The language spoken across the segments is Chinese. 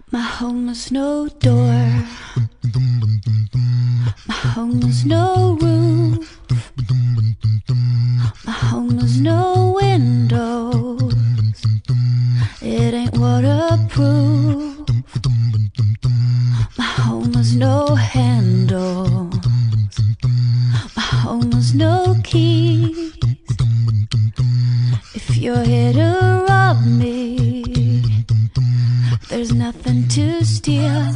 My home has no door. My home has no roof. My home has no window. It ain't waterproof. My home has no handle. My home has no keys. If you're here to rob me, there's nothing to steal.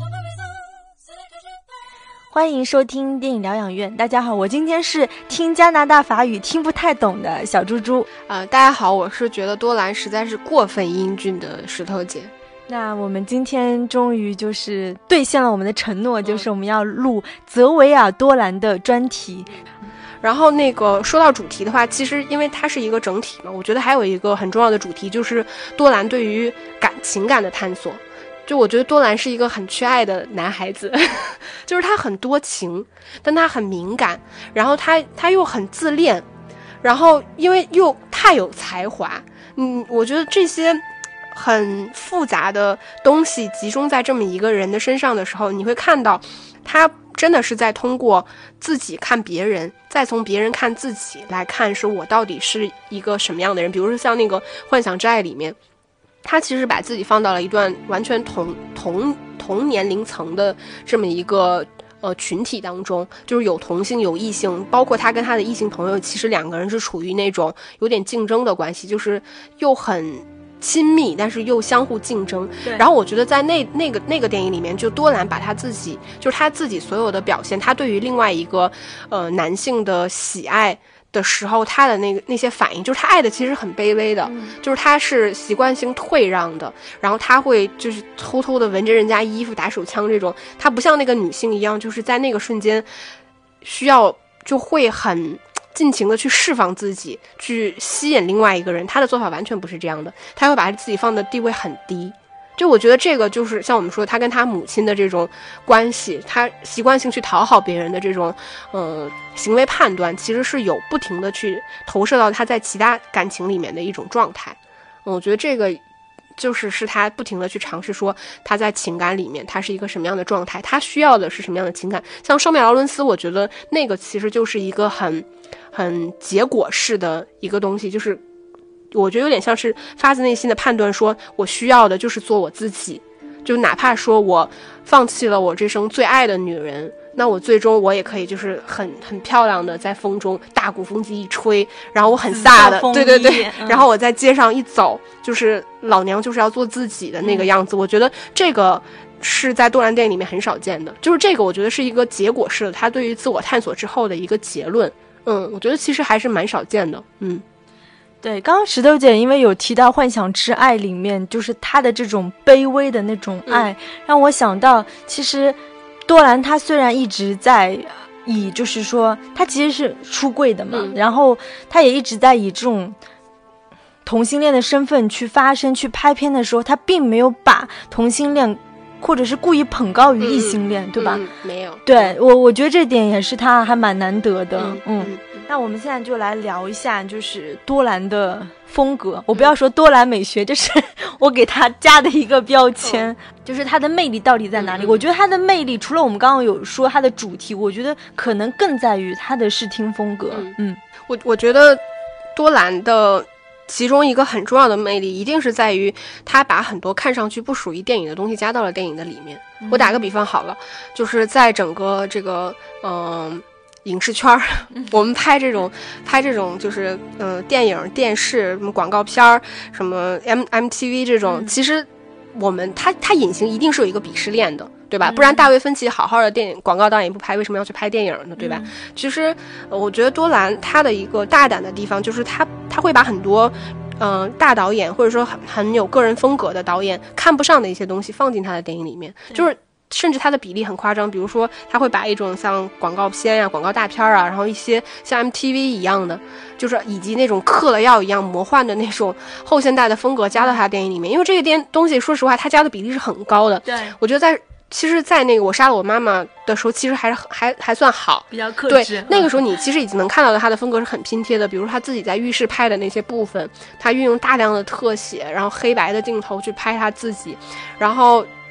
欢迎收听电影疗养院。大家好，我今天是听加拿大法语听不太懂的小猪猪。 大家好，我是觉得多兰实在是过分英俊的石头姐。 那我们今天终于就是兑现了我们的承诺，就是我们要录泽维尔多兰的专题。 然后说到主题的话，其实因为它是一个整体嘛，我觉得还有一个很重要的主题就是多兰对于情感的探索。就我觉得多兰是一个很缺爱的男孩子，就是他很多情，但他很敏感，然后他又很自恋，然后因为又太有才华，我觉得这些很复杂的东西集中在这么一个人的身上的时候，你会看到他真的是在通过自己看别人，再从别人看自己来看说我到底是一个什么样的人。比如说像那个幻想之爱里面，他其实把自己放到了一段完全同年龄层的这么一个群体当中，就是有同性有异性，包括他跟他的异性朋友，其实两个人是处于那种有点竞争的关系，就是又很亲密，但是又相互竞争。然后我觉得在那个电影里面，就多兰把他自己，就是他自己所有的表现，他对于另外一个男性的喜爱的时候，他的那些反应，就是他爱的其实很卑微的，就是他是习惯性退让的，然后他会就是偷偷的闻着人家衣服打手枪这种，他不像那个女性一样，就是在那个瞬间需要就会很尽情的去释放自己，去吸引另外一个人。他的做法完全不是这样的，他会把自己放的地位很低。就我觉得这个就是像我们说他跟他母亲的这种关系，他习惯性去讨好别人的这种行为判断，其实是有不停的去投射到他在其他感情里面的一种状态。我觉得这个是他不停的去尝试说他在情感里面他是一个什么样的状态，他需要的是什么样的情感。像烧麦劳伦斯，我觉得那个其实就是一个很结果式的一个东西，就是我觉得有点像是发自内心的判断说我需要的就是做我自己，就哪怕说我放弃了我这生最爱的女人，那我最终我也可以就是很漂亮的在风中大鼓风机一吹，然后我很飒的对，然后我在街上一走，就是老娘就是要做自己的那个样子。我觉得这个是在多兰电影里面很少见的，就是这个我觉得是一个结果式的，他对于自我探索之后的一个结论。我觉得其实还是蛮少见的。 对，刚刚石头姐因为有提到幻想之爱里面就是她的这种卑微的那种爱，让我想到其实多兰她虽然一直在以就是说她其实是出柜的嘛，然后她也一直在以这种同性恋的身份去发声去拍片的时候，她并没有把同性恋或者是故意捧高于异性恋，对吧？ 没有。 对，我觉得这点也是她还蛮难得的。那我们现在就来聊一下就是多兰的风格。我不要说多兰美学，就是我给他加的一个标签，就是他的魅力到底在哪里。我觉得他的魅力除了我们刚刚有说他的主题，我觉得可能更在于他的视听风格。 我觉得多兰的其中一个很重要的魅力一定是在于他把很多看上去不属于电影的东西加到了电影的里面。我打个比方好了，就是在整个这个影视圈我们拍这种就是电影电视什么广告片什么 MTV 这种，其实我们他隐形一定是有一个鄙视链的，对吧？不然大卫芬奇好好的电影广告导演不拍，为什么要去拍电影呢？对吧？其实我觉得多兰他的一个大胆的地方就是他会把很多大导演或者说很有个人风格的导演看不上的一些东西放进他的电影里面，就是甚至它的比例很夸张。比如说他会把一种像广告片呀、广告大片啊，然后一些像 MTV 一样的，就是以及那种嗑了药一样魔幻的那种后现代的风格加到他的电影里面。因为这个东西说实话他加的比例是很高的。对，我觉得其实在那个我杀了我妈妈的时候其实还算好， 比较克制。 对，那个时候你其实已经能看到他的风格是很拼贴的。比如他自己在浴室拍的那些部分，他运用大量的特写，然后黑白的镜头去拍他自己，然后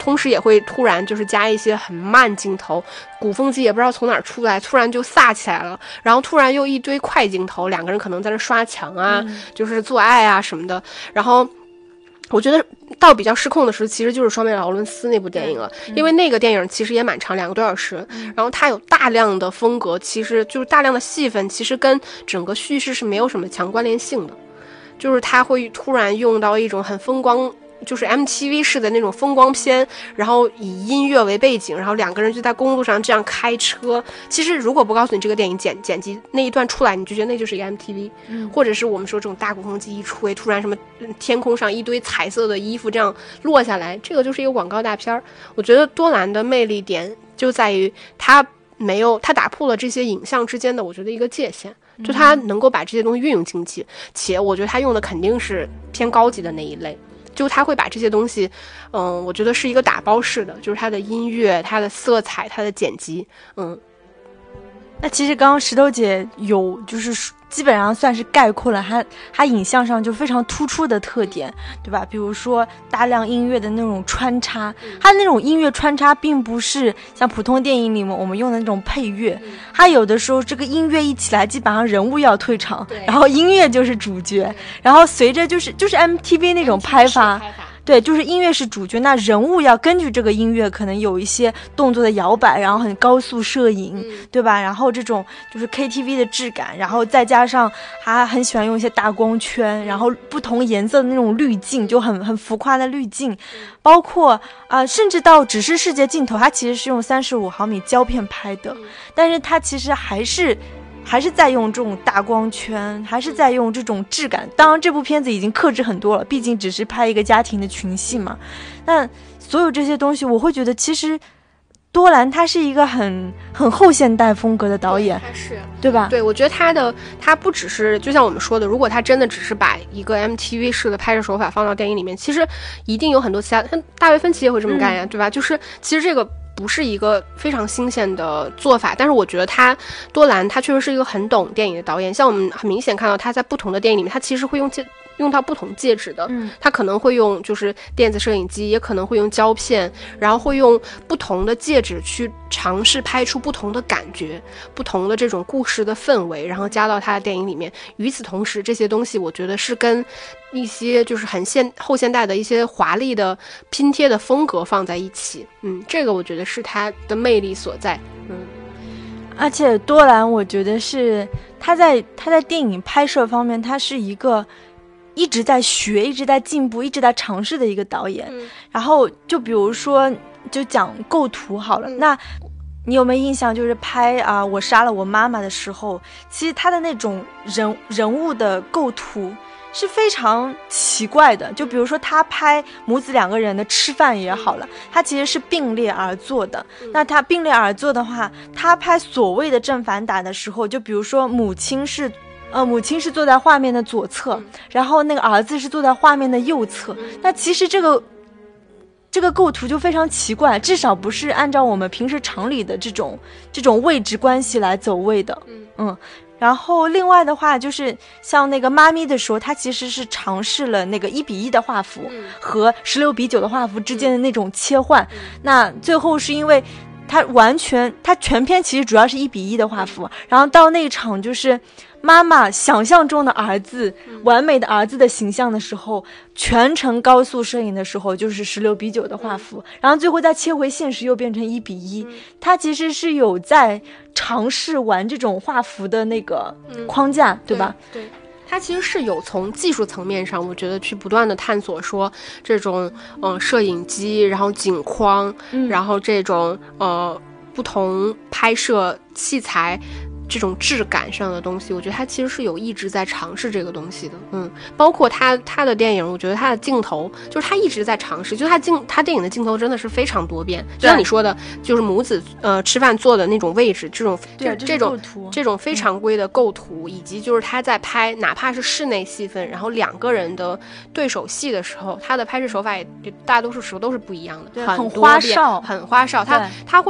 同时也会突然就是加一些很慢镜头，鼓风机也不知道从哪儿出来，突然就飒起来了，然后突然又一堆快镜头，两个人可能在那刷墙啊，就是做爱啊什么的。然后我觉得到比较失控的时候，其实就是《双面劳伦斯》那部电影了，因为那个电影其实也蛮长，2个多小时，然后它有大量的风格，其实就是大量的戏份，其实跟整个叙事是没有什么强关联性的，就是它会突然用到一种很风光，就是 MTV 式的那种风光片，然后以音乐为背景，然后两个人就在公路上这样开车。其实如果不告诉你这个电影剪辑那一段出来，你就觉得那就是一个 MTV，或者是我们说这种大鼓风机一吹，突然什么天空上一堆彩色的衣服这样落下来，这个就是一个广告大片。我觉得多兰的魅力点就在于他打破了这些影像之间的我觉得一个界限，就他能够把这些东西运用进去，且我觉得他用的肯定是偏高级的那一类。就他会把这些东西，我觉得是一个打包式的，就是他的音乐、他的色彩、他的剪辑， 那其实刚刚石头姐有就是基本上算是概括了它影像上就非常突出的特点，对吧？比如说大量音乐的那种穿插，它那种音乐穿插并不是像普通电影里面我们用的那种配乐，它有的时候这个音乐一起来，基本上人物要退场，然后音乐就是主角，然后随着就是 MTV 那种拍法。对，就是音乐是主角，那人物要根据这个音乐可能有一些动作的摇摆，然后很高速摄影，对吧？然后这种就是 KTV 的质感，然后再加上还很喜欢用一些大光圈，然后不同颜色的那种滤镜，就很浮夸的滤镜，包括甚至到只是世界镜头，它其实是用35毫米胶片拍的，但是它其实还是在用这种大光圈，还是在用这种质感。当然这部片子已经克制很多了，毕竟只是拍一个家庭的群戏嘛。但所有这些东西我会觉得其实多兰他是一个很后现代风格的导演，对吧？ 对，我觉得他不只是就像我们说的，如果他真的只是把一个 MTV 式的拍摄手法放到电影里面，其实一定有很多其他，像大卫芬奇也会这么干呀，对吧？就是其实这个不是一个非常新鲜的做法，但是我觉得多兰他确实是一个很懂电影的导演，像我们很明显看到他在不同的电影里面，他其实会用到不同介质的，他可能会用就是电子摄影机，也可能会用胶片，然后会用不同的介质去尝试拍出不同的感觉，不同的这种故事的氛围，然后加到他的电影里面。与此同时，这些东西我觉得是跟一些就是后现代的一些华丽的拼贴的风格放在一起，这个我觉得是他的魅力所在， 而且多兰我觉得是他在电影拍摄方面，他是一个一直在学、一直在进步、一直在尝试的一个导演。然后就比如说，就讲构图好了，那你有没有印象？就是拍我杀了我妈妈的时候，其实他的那种人物的构图是非常奇怪的。就比如说他拍母子两个人的吃饭也好了，他其实是并列而坐的。那他并列而坐的话，他拍所谓的正反打的时候，就比如说母亲是坐在画面的左侧，然后那个儿子是坐在画面的右侧。那其实这个构图就非常奇怪，至少不是按照我们平时常理的这种位置关系来走位的。然后另外的话，就是像那个妈咪的时候，他其实是尝试了那个1:1的画幅和16:9的画幅之间的那种切换。那最后是因为他全篇其实主要是1:1的画幅，然后到那场就是妈妈想象中的儿子，完美的儿子的形象的时候，全程高速摄影的时候就是16:9的画幅，然后最后再切回现实又变成1:1。他其实是有在尝试玩这种画幅的那个框架，对吧？ 对。它其实是有从技术层面上，我觉得去不断的探索说这种摄影机，然后景框，然后这种不同拍摄器材这种质感上的东西，我觉得他其实是有一直在尝试这个东西的。包括他的电影，我觉得他的镜头就是他一直在尝试，就他电影的镜头真的是非常多变，就像你说的，就是母子吃饭坐的那种位置，这种非常规的构图，以及就是他在拍哪怕是室内戏份，然后两个人的对手戏的时候，他的拍摄手法也大多数时候都是不一样的， 很花哨， 他会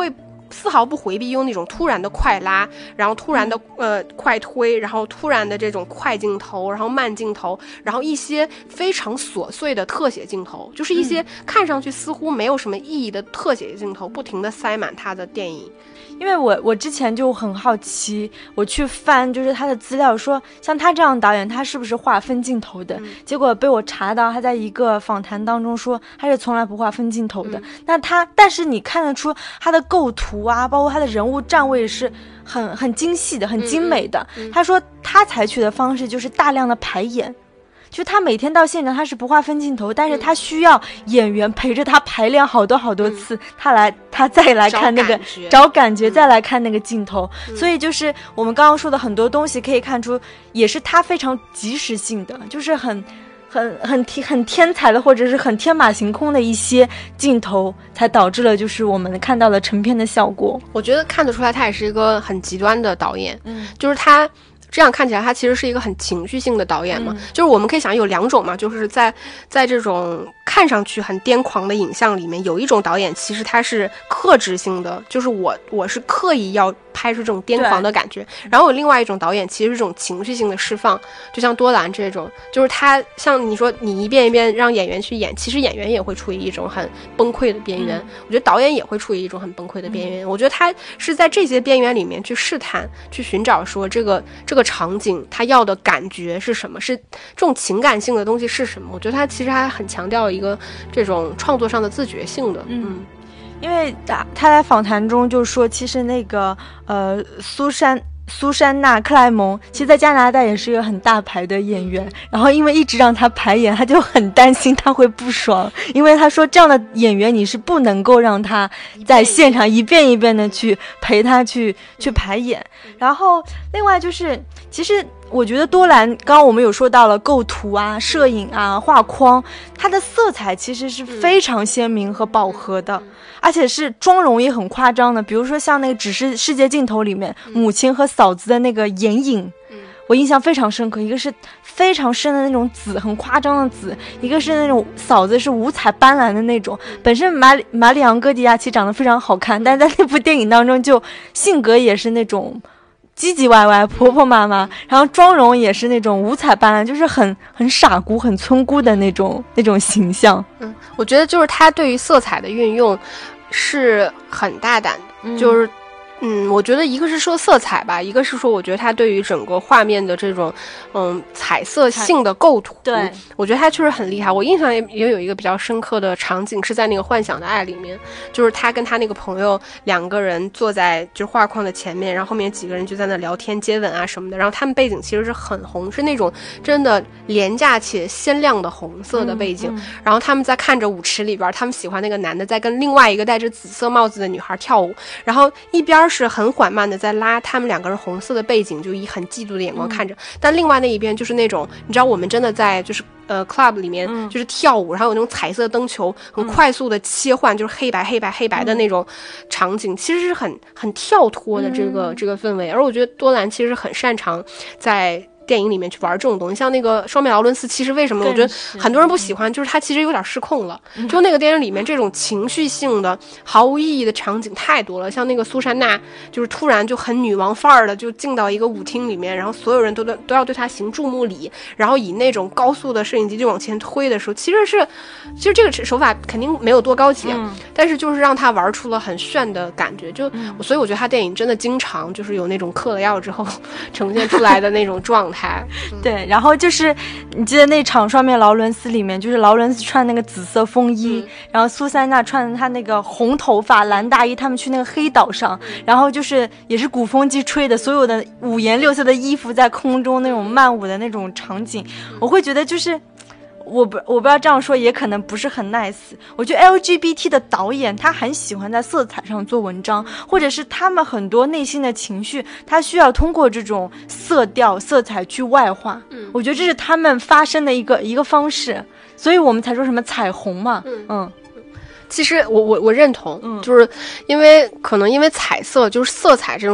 丝毫不回避用那种突然的快拉，然后突然的快推，然后突然的这种快镜头，然后慢镜头，然后一些非常琐碎的特写镜头，就是一些看上去似乎没有什么意义的特写镜头，不停的塞满他的电影。 因为我之前就很好奇，我去翻就是他的资料，说像他这样的导演，他是不是画分镜头的？结果被我查到，他在一个访谈当中说他是从来不画分镜头的。但是你看得出他的构图啊，包括他的人物站位是很精细的，很精美的。他说他采取的方式就是大量的排演。就他每天到现场他是不画分镜头，但是他需要演员陪着他排练好多次，他再来看那个找感觉再来看那个镜头。所以就是我们刚刚说的很多东西可以看出，也是他非常及时性的，就是很天才的，或者是很天马行空的一些镜头，才导致了就是我们看到了成片的效果。我觉得看得出来他也是一个很极端的导演，就是他这样看起来他其实是一个很情绪性的导演嘛，就是我们可以想有两种嘛，就是在这种看上去很癫狂的影像里面，有一种导演其实他是克制性的，就是我是刻意要拍出这种癫狂的感觉，然后有另外一种导演其实是这种情绪性的释放，就像多兰这种，就是他像你说你一遍一遍让演员去演，其实演员也会处于一种很崩溃的边缘，我觉得导演也会处于一种很崩溃的边缘，我觉得他是在这些边缘里面去试探，去寻找说这个场景他要的感觉是什么，是这种情感性的东西是什么，我觉得他其实还很强调一个这种创作上的自觉性的。 因为他在访谈中就说，其实那个苏珊娜·克莱蒙其实在加拿大也是一个很大牌的演员，然后因为一直让他排演，他就很担心他会不爽，因为他说这样的演员你是不能够让他在现场一遍一遍的去陪他去排演。然后另外就是其实我觉得多兰刚刚我们有说到了构图啊、摄影啊、画框，它的色彩其实是非常鲜明和饱和的，而且是妆容也很夸张的，比如说像那个只是世界镜头里面母亲和嫂子的那个眼影，我印象非常深刻，一个是非常深的那种紫，很夸张的紫，一个是那种嫂子是五彩斑斓的那种。本身马里昂戈迪亚其实长得非常好看，但是在那部电影当中就性格也是那种唧唧歪歪、婆婆妈妈，然后妆容也是那种五彩斑斓，就是很傻姑、很村姑的那种形象。 我觉得就是他对于色彩的运用是很大胆的，就是我觉得一个是说色彩吧，一个是说我觉得他对于整个画面的这种彩色性的构图， 对， 我觉得他确实很厉害。我印象也有一个比较深刻的场景是在那个幻想的爱里面，就是他跟他那个朋友两个人坐在就是画框的前面，然后后面几个人就在那聊天接吻啊什么的，然后他们背景其实是很红，是那种真的廉价且鲜亮的红色的背景，然后他们在看着舞池里边他们喜欢那个男的在跟另外一个戴着紫色帽子的女孩跳舞，然后一边是很缓慢的在拉他们两个人红色的背景，就以很嫉妒的眼光看着，但另外那一边就是那种你知道我们真的在就是club 里面就是跳舞，然后有那种彩色灯球很快速的切换，就是黑白的那种场景，其实是很跳脱的这个氛围。而我觉得多兰其实很擅长在电影里面去玩这种东西，像那个双面劳伦斯，其实为什么我觉得很多人不喜欢，就是他其实有点失控了，就那个电影里面这种情绪性的毫无意义的场景太多了，像那个苏珊娜就是突然就很女王范儿的就进到一个舞厅里面，然后所有人都要对她行注目礼，然后以那种高速的摄影机就往前推的时候，其实这个手法肯定没有多高级，但是就是让他玩出了很炫的感觉，所以我觉得他电影真的经常就是有那种嗑了药之后呈现出来的那种状态。 对，然后就是你记得那场双面劳伦斯里面，就是劳伦斯穿那个紫色风衣，然后苏珊娜穿他那个红头发蓝大衣，他们去那个黑岛上，然后就是也是鼓风机吹的，所有的五颜六色的衣服在空中那种漫舞的那种场景，我会觉得就是我不知道这样说也可能不是很 nice。 我觉得 LGBT 的导演他很喜欢在色彩上做文章，或者是他们很多内心的情绪他需要通过这种色调色彩去外化，我觉得这是他们发声的一个方式，所以我们才说什么彩虹嘛。其实我认同，就是因为彩色就是色彩这种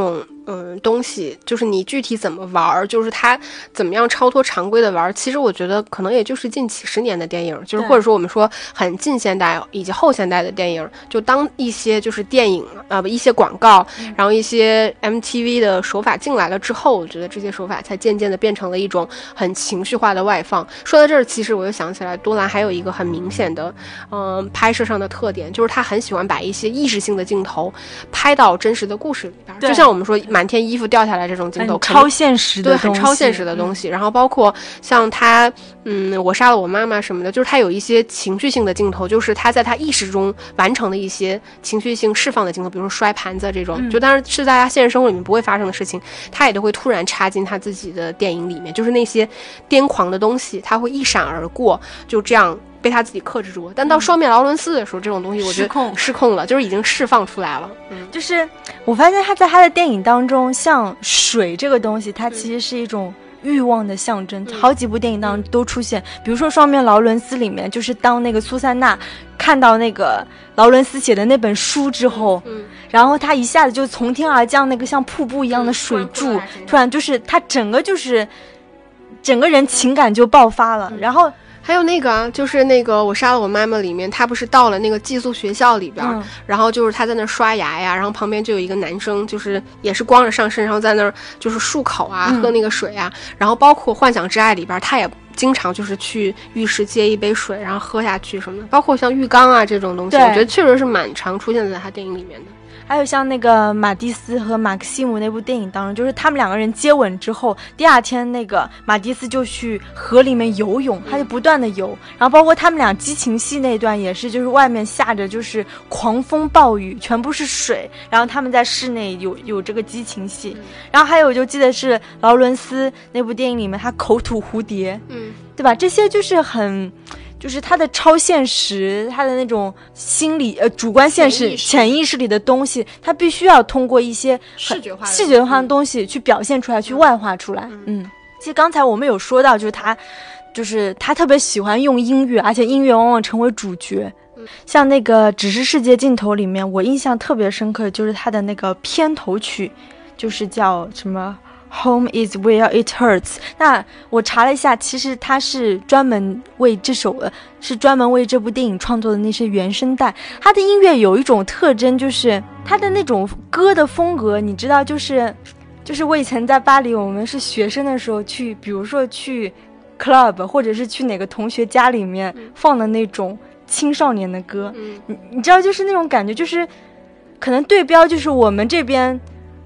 东西，就是你具体怎么玩，就是它怎么样超脱常规的玩，其实我觉得可能也就是近几十年的电影，就是或者说我们说很近现代以及后现代的电影，就当一些就是电影一些广告，然后一些 MTV 的手法进来了之后，我觉得这些手法才渐渐的变成了一种很情绪化的外放。说到这儿，其实我又想起来，多兰还有一个很明显的拍摄上的特点，就是他很喜欢把一些意识性的镜头拍到真实的故事里边，就像我们说满天衣服掉下来这种镜头， 超现实的东西， 对，很超现实的东西。然后包括像他我杀了我妈妈什么的，就是他有一些情绪性的镜头，就是他在他意识中完成的一些情绪性释放的镜头，比如说摔盘子这种，就当然是在他现实生活里面不会发生的事情，他也都会突然插进他自己的电影里面，就是那些癫狂的东西他会一闪而过，就这样被他自己克制住。但到双面劳伦斯的时候，这种东西我觉得失控了，就是已经释放出来了。 就是我发现他在他的电影当中，像水这个东西，它其实是一种欲望的象征，好几部电影当中都出现。比如说双面劳伦斯里面，就是当那个苏珊娜看到那个劳伦斯写的那本书之后，然后他一下子就从天而降那个像瀑布一样的水柱，突然就是他整个人情感就爆发了。然后还有那个就是那个我杀了我妈妈里面，他不是到了那个寄宿学校里边，然后就是他在那刷牙呀，然后旁边就有一个男生，就是也是光着上身，然后在那儿就是漱口啊，喝那个水啊，然后包括幻想之爱里边，他也经常就是去浴室接一杯水，然后喝下去什么的，包括像浴缸啊这种东西，我觉得确实是蛮常出现在他电影里面的。 还有像那个马蒂斯和马克西姆那部电影当中，就是他们两个人接吻之后，第二天那个马蒂斯就去河里面游泳，他就不断的游，然后包括他们俩激情戏那段也是，就是外面下着就是狂风暴雨，全部是水，然后他们在室内有这个激情戏。然后还有就记得是劳伦斯那部电影里面他口吐蝴蝶，对吧？这些就是就是他的超现实，他的那种心理主观现实潜意识里的东西，他必须要通过一些视觉化的东西去表现出来，去外化出来。其实刚才我们有说到，就是他特别喜欢用音乐，而且音乐往往成为主角。像那个只是世界尽头里面，我印象特别深刻的就是他的那个片头曲，就是叫什么Home is where it hurts。 那我查了一下，其实它是专门为这部电影创作的那些原声带。它的音乐有一种特征，就是它的那种歌的风格，你知道，就是我以前在巴黎，我们是学生的时候去，比如说去 club 或者是去哪个同学家里面放的那种青少年的歌。你知道，就是那种感觉，就是可能对标就是我们这边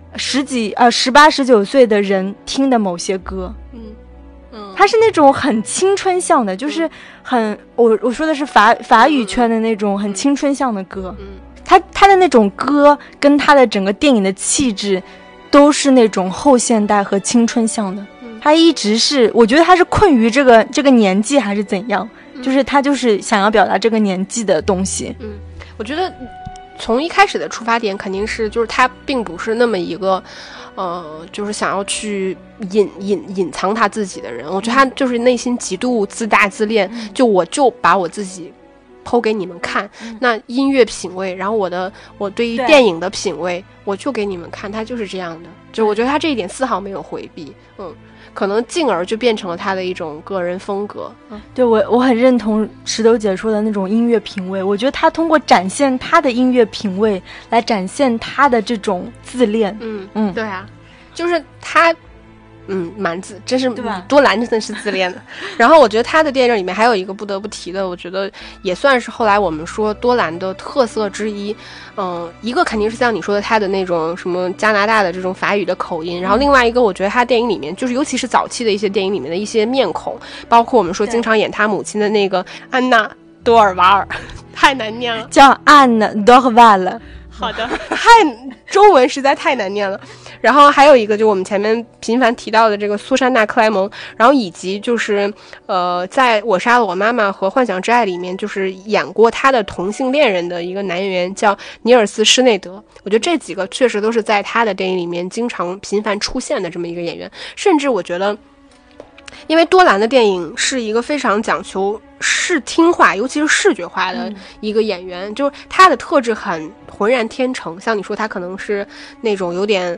18、19岁的人听的某些歌。它是那种很青春向的，就是我说的是法语圈的那种很青春向的歌。它的那种歌跟它的整个电影的气质都是那种后现代和青春向的。它一直是，我觉得它是困于这个年纪还是怎样，就是它就是想要表达这个年纪的东西。 我觉得从一开始的出发点肯定是，就是他并不是那么一个就是想要去隐藏他自己的人。我觉得他就是内心极度自大自恋，就我就把我自己剖给你们看。那音乐品味，然后我对于电影的品味，我就给你们看，他就是这样的。就我觉得他这一点丝毫没有回避。可能进而就变成了他的一种个人风格。 对，我很认同石头姐说的那种音乐品味。我觉得他通过展现他的音乐品味来展现他的这种自恋。 对啊，就是他真是多兰真的是自恋的。然后我觉得他的电影里面还有一个不得不提的，我觉得也算是后来我们说多兰的特色之一。一个肯定是像你说的他的那种什么加拿大的这种法语的口音，然后另外一个我觉得他电影里面就是尤其是早期的一些电影里面的一些面孔，包括我们说经常演他母亲的那个安娜多尔瓦尔，太难念了， 叫安娜多尔瓦尔。 好的，中文实在太难念了。然后还有一个就我们前面频繁提到的这个苏珊娜·克莱蒙，然后以及就是在我杀了我妈妈和幻想之爱里面就是演过他的同性恋人的一个男演员叫尼尔斯·施内德。我觉得这几个确实都是在他的电影里面经常频繁出现的这么一个演员。甚至我觉得因为多兰的电影是一个非常讲求视听化，尤其是视觉化的一个演员，就是他的特质很浑然天成。像你说他可能是那种有点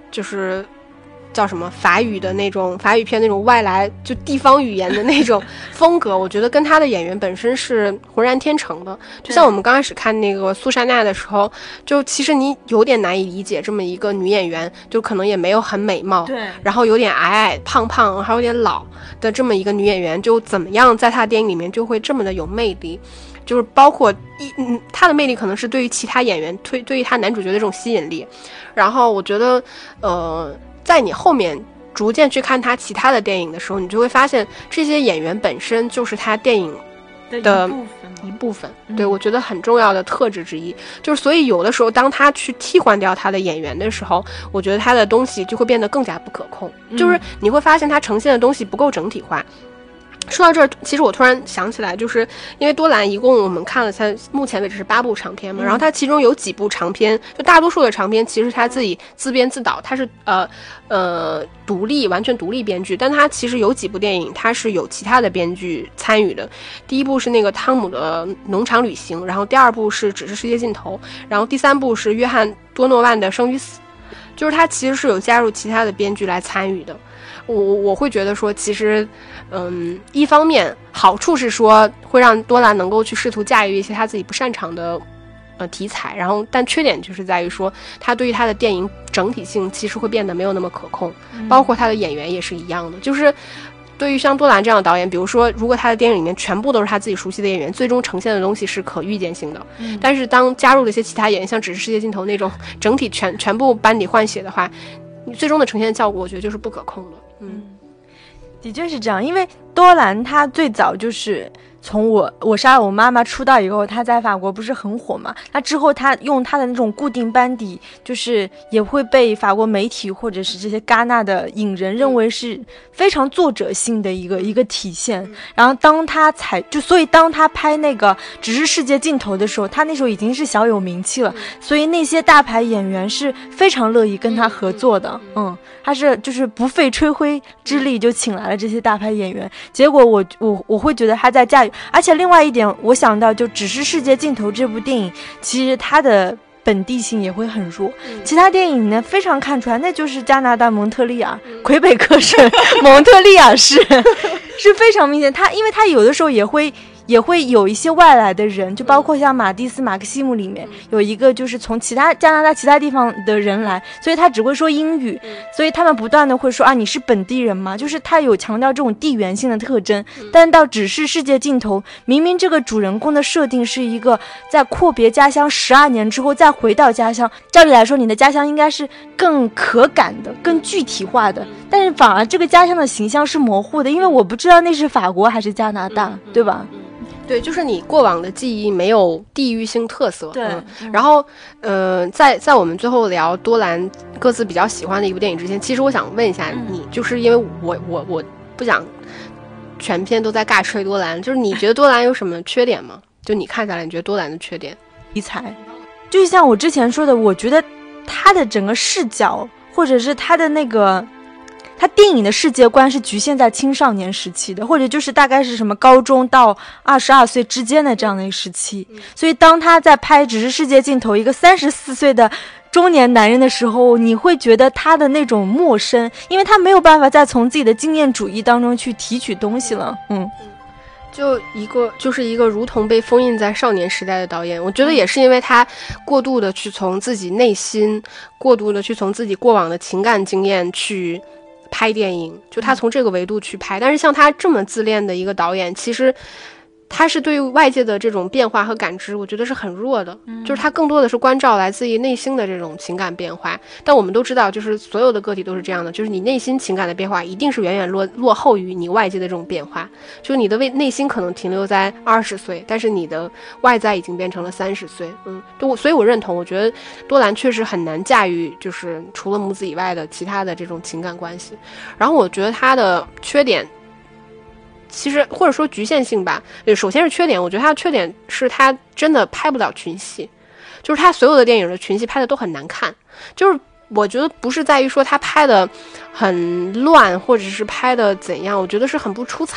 就是叫什么法语的那种法语片那种外来就地方语言的那种风格，我觉得跟他的演员本身是浑然天成的。就像我们刚开始看那个苏珊娜的时候，就其实你有点难以理解这么一个女演员，就可能也没有很美貌， 对，然后有点矮矮胖胖还有点老的这么一个女演员，就怎么样在她的电影里面就会这么的有魅力。就是包括她的魅力可能是对于其他演员对于她男主角的这种吸引力。然后我觉得在你后面逐渐去看他其他的电影的时候，你就会发现这些演员本身就是他电影的一部分。对，我觉得很重要的特质之一。就是所以有的时候当他去替换掉他的演员的时候，我觉得他的东西就会变得更加不可控。就是你会发现他呈现的东西不够整体化。说到这儿，其实我突然想起来，就是因为多兰一共我们看了他目前为止是8部长片嘛，然后他其中有几部长片，就大多数的长片其实他自己自编自导，他是完全独立编剧，但他其实有几部电影他是有其他的编剧参与的。第一部是那个汤姆的农场旅行，然后第二部是只是世界尽头，然后第三部是约翰多诺万的生与死，就是他其实是有加入其他的编剧来参与的。我会觉得说，其实，一方面好处是说会让多兰能够去试图驾驭一些他自己不擅长的题材，然后但缺点就是在于说，他对于他的电影整体性其实会变得没有那么可控，包括他的演员也是一样的，就是对于像多兰这样的导演，比如说如果他的电影里面全部都是他自己熟悉的演员，最终呈现的东西是可预见性的，但是当加入了一些其他演员，像只是世界尽头那种整体全部班底换血的话，你最终的呈现效果我觉得就是不可控的。 的确是这样，因为多兰他最早就是从我杀了我妈妈出道以后，他在法国不是很火嘛？他之后他用他的那种固定班底，就是也会被法国媒体或者是这些戛纳的影人认为是非常作者性的一个体现。然后所以当他拍那个只是世界尽头的时候，他那时候已经是小有名气了，所以那些大牌演员是非常乐意跟他合作的。他是就是不费吹灰之力就请来了这些大牌演员。结果我会觉得他在驾驭。而且另外一点我想到，就只是世界尽头这部电影其实它的本地性也会很弱，其他电影呢非常看出来那就是加拿大蒙特利尔魁北克省蒙特利尔市是非常明显。因为他有的时候也会有一些外来的人，就包括像马蒂斯马克西姆里面有一个就是从加拿大其他地方的人来，所以他只会说英语，所以他们不断的会说啊你是本地人吗？就是他有强调这种地缘性的特征。但到只是世界尽头，明明这个主人公的设定是一个在阔别家乡12年之后再回到家乡，照理来说你的家乡应该是更可感的更具体化的，但是反而这个家乡的形象是模糊的，因为我不知道那是法国还是加拿大，对吧？ 对，就是你过往的记忆没有地域性特色。 对， 然后在我们最后聊多兰各自比较喜欢的一部电影之前，其实我想问一下你，就是因为我不想全篇都在尬吹多兰，就是你觉得多兰有什么缺点吗？就你看下来，你觉得多兰的缺点？ 题材，就像我之前说的，我觉得他的整个视角，或者是他的那个。他电影的世界观是局限在青少年时期的，或者就是大概是什么高中到22岁之间的这样的一个时期，所以当他在拍只是世界尽头一个34岁的中年男人的时候，你会觉得他的那种陌生，因为他没有办法再从自己的经验主义当中去提取东西了。 就是一个如同被封印在少年时代的导演，我觉得也是因为他过度的去从自己内心，过度的去从自己过往的情感经验去拍电影，就他从这个维度去拍。但是像他这么自恋的一个导演，其实他是对外界的这种变化和感知，我觉得是很弱的，就是他更多的是关照来自于内心的这种情感变化。但我们都知道，就是所有的个体都是这样的，就是你内心情感的变化一定是远远落后于你外界的这种变化，就是你的内心可能停留在20岁，但是你的外在已经变成了30岁。所以我认同，我觉得多兰确实很难驾驭就是除了母子以外的其他的这种情感关系。然后我觉得他的缺点其实或者说局限性吧，首先是缺点，我觉得他的缺点是他真的拍不了群戏，就是他所有的电影的群戏拍的都很难看，就是我觉得不是在于说他拍的很乱或者是拍的怎样，我觉得是很不出彩，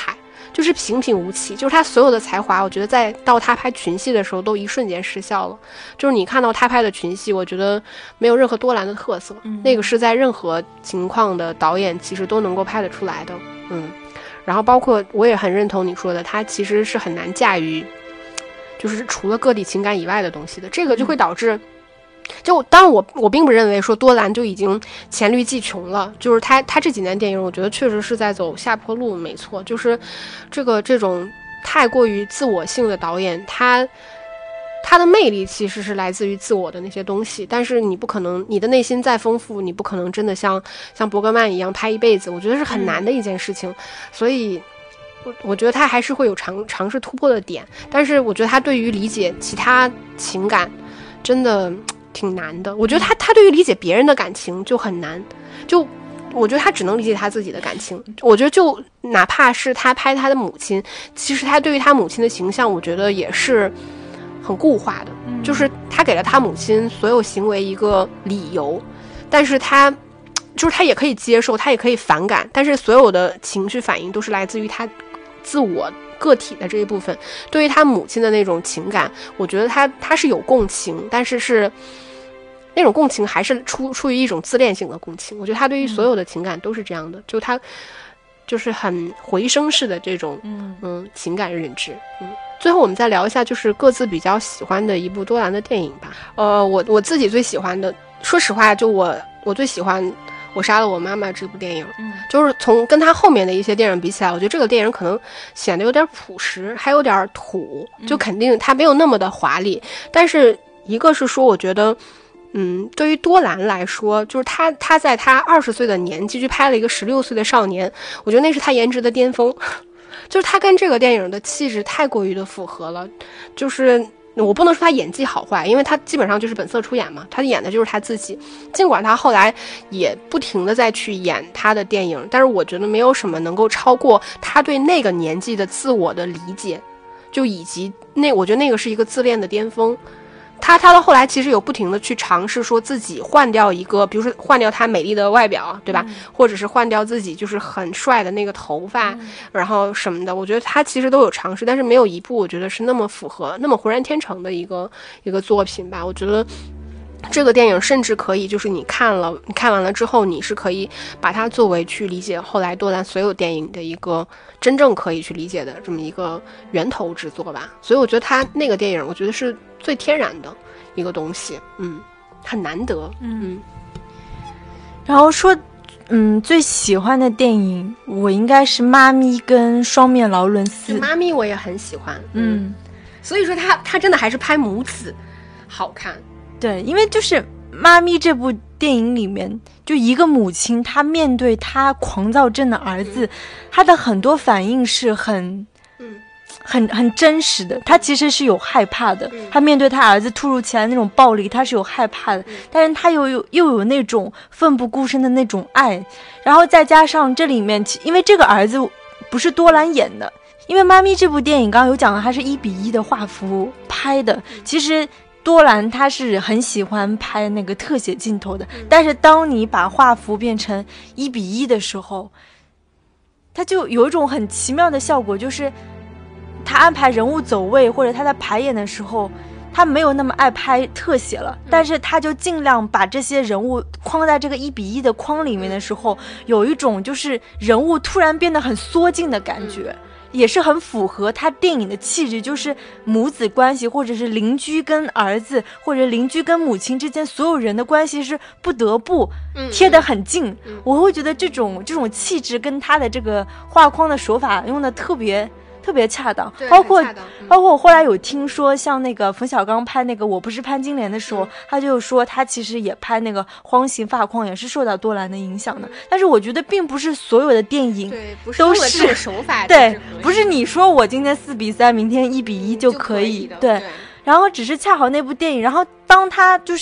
就是平平无奇，就是他所有的才华，我觉得到他拍群戏的时候都一瞬间失效了。就是你看到他拍的群戏，我觉得没有任何多兰的特色，那个是在任何情况的导演其实都能够拍得出来的。然后包括我也很认同你说的，他其实是很难驾驭就是除了个体情感以外的东西的，这个就会导致就当然我并不认为说多兰就已经黔驴技穷了，就是他这几年电影我觉得确实是在走下坡路，没错，就是这种太过于自我性的导演，他的魅力其实是来自于自我的那些东西，但是你不可能，你的内心再丰富，你不可能真的像伯格曼一样拍一辈子，我觉得是很难的一件事情。所以我觉得他还是会有尝试突破的点，但是我觉得他对于理解其他情感真的挺难的。我觉得他对于理解别人的感情就很难，就我觉得他只能理解他自己的感情。我觉得就哪怕是他拍他的母亲，其实他对于他母亲的形象我觉得也是很固化的，就是他给了他母亲所有行为一个理由，但是他也可以接受，他也可以反感，但是所有的情绪反应都是来自于他自我个体的这一部分。对于他母亲的那种情感，我觉得他是有共情，但是那种共情还是出于一种自恋性的共情。我觉得他对于所有的情感都是这样的，就他就是很回声式的这种情感认知。最后我们再聊一下就是各自比较喜欢的一部多兰的电影吧。我自己最喜欢的，说实话就我最喜欢我杀了我妈妈这部电影，就是从跟他后面的一些电影比起来，我觉得这个电影可能显得有点朴实，还有点土，就肯定它没有那么的华丽。但是一个是说我觉得对于多兰来说，就是他在他20岁的年纪去拍了一个16岁的少年，我觉得那是他颜值的巅峰。就是他跟这个电影的气质太过于的符合了，就是我不能说他演技好坏，因为他基本上就是本色出演嘛，他演的就是他自己。尽管他后来也不停的再去演他的电影，但是我觉得没有什么能够超过他对那个年纪的自我的理解，就以及我觉得那个是一个自恋的巅峰。他到后来其实有不停的去尝试说自己换掉一个，比如说换掉他美丽的外表，对吧？或者是换掉自己就是很帅的那个头发，然后什么的。我觉得他其实都有尝试，但是没有一部我觉得是那么符合、那么浑然天成的一个作品吧。我觉得这个电影甚至可以就是你看完了之后，你是可以把它作为去理解后来多兰所有电影的一个真正可以去理解的这么一个源头之作吧。所以我觉得他那个电影我觉得是最天然的一个东西，很难得。 然后说最喜欢的电影我应该是妈咪跟双面劳伦斯。 妈咪我也很喜欢，所以说他真的还是拍母子好看。 对，因为就是妈咪这部电影里面，就一个母亲她面对她狂躁症的儿子，她的很多反应是很真实的。她其实是有害怕的，她面对她儿子突如其来那种暴力，她是有害怕的，但是她又有那种奋不顾身的那种爱。然后再加上这里面，因为这个儿子不是多兰演的，因为妈咪这部电影刚刚有讲了，它是1:1的画幅拍的，其实多兰他是很喜欢拍那个特写镜头的，但是当你把画幅变成1:1的时候，他就有一种很奇妙的效果，就是他安排人物走位或者他在排演的时候，他没有那么爱拍特写了，但是他就尽量把这些人物框在这个1:1的框里面的时候，有一种就是人物突然变得很缩进的感觉，也是很符合他电影的气质，就是母子关系或者是邻居跟儿子或者邻居跟母亲之间所有人的关系是不得不贴得很近。我会觉得这种气质跟他的这个画框的手法用的特别恰当，包括我后来有听说，像那个冯小刚拍那个《我不是潘金莲》的时候，他就说他其实也拍那个荒形发框也是受到多兰的影响的。但是我觉得并不是所有的电影都是这个手法，对，不是你说我今天4:3，明天1:1就可以，对。然后只是恰好那部电影，然后当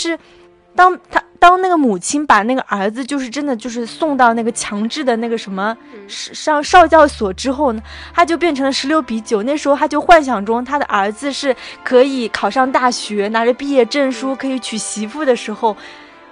那个母亲把那个儿子就是真的就是送到那个强制的那个什么少教所之后呢，他就变成了16:9。那时候他就幻想中他的儿子是可以考上大学，拿着毕业证书可以娶媳妇的时候，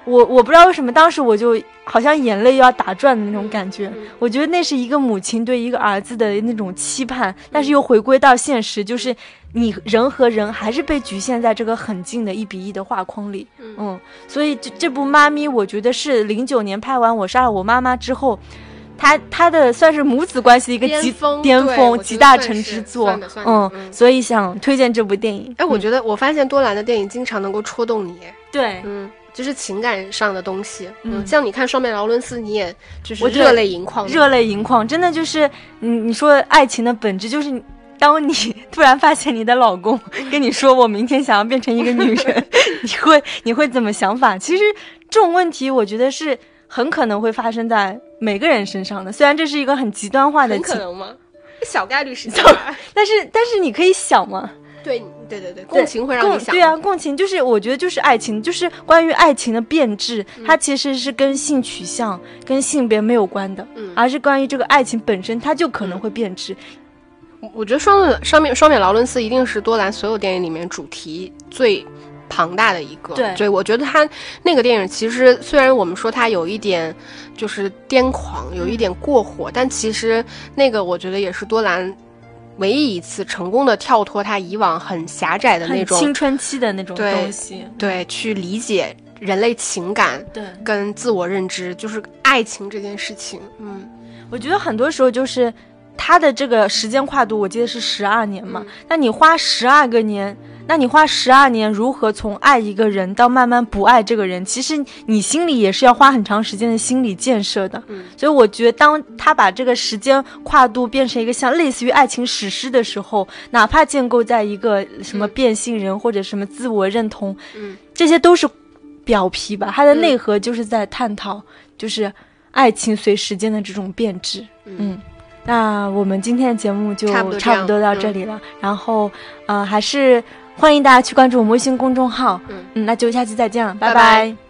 我不知道为什么当时我就好像眼泪要打转的那种感觉，我觉得那是一个母亲对一个儿子的那种期盼，但是又回归到现实，就是你人和人还是被局限在这个很近的1比1的画框里。所以这部妈咪我觉得是09年拍完我杀了我妈妈之后，他的算是母子关系的一个巅峰集大成之作。所以想推荐这部电影。 我觉得我发现多兰的电影经常能够戳动你。 对， 就是情感上的东西。像你看双面劳伦斯，你也就是热泪盈眶。 热泪盈眶，真的就是你说爱情的本质就是当你突然发现你的老公跟你说我明天想要变成一个女人你会怎么想法？其实这种问题我觉得是很可能会发生在每个人身上的，虽然这是一个很极端化的很可能吗？小概率事件但是你可以想嘛。 对，共情会让你想。 对啊，共情就是我觉得就是爱情，就是关于爱情的变质，它其实是跟性取向跟性别没有关的，而是关于这个爱情本身它就可能会变质。 我觉得双面劳伦斯一定是多兰所有电影里面主题最庞大的一个。对，所以我觉得他那个电影其实虽然我们说他有一点就是癫狂，有一点过火，但其实那个我觉得也是多兰唯一一次成功的跳脱他以往很狭窄的那种青春期的那种东西， 对，去理解人类情感， 对， 跟自我认知，就是爱情这件事情。 我觉得很多时候就是他的这个时间跨度，我记得是12年嘛，那你花12个年。那你花12年如何从爱一个人到慢慢不爱这个人，其实你心里也是要花很长时间的心理建设的。所以我觉得当他把这个时间跨度变成一个像类似于爱情史诗的时候，哪怕建构在一个什么变性人或者什么自我认同，这些都是表皮吧，它的内核就是在探讨就是爱情随时间的这种变质。那我们今天的节目就差不多到这里了，然后还是欢迎大家去关注我们微信公众号。那就下期再见了，拜拜。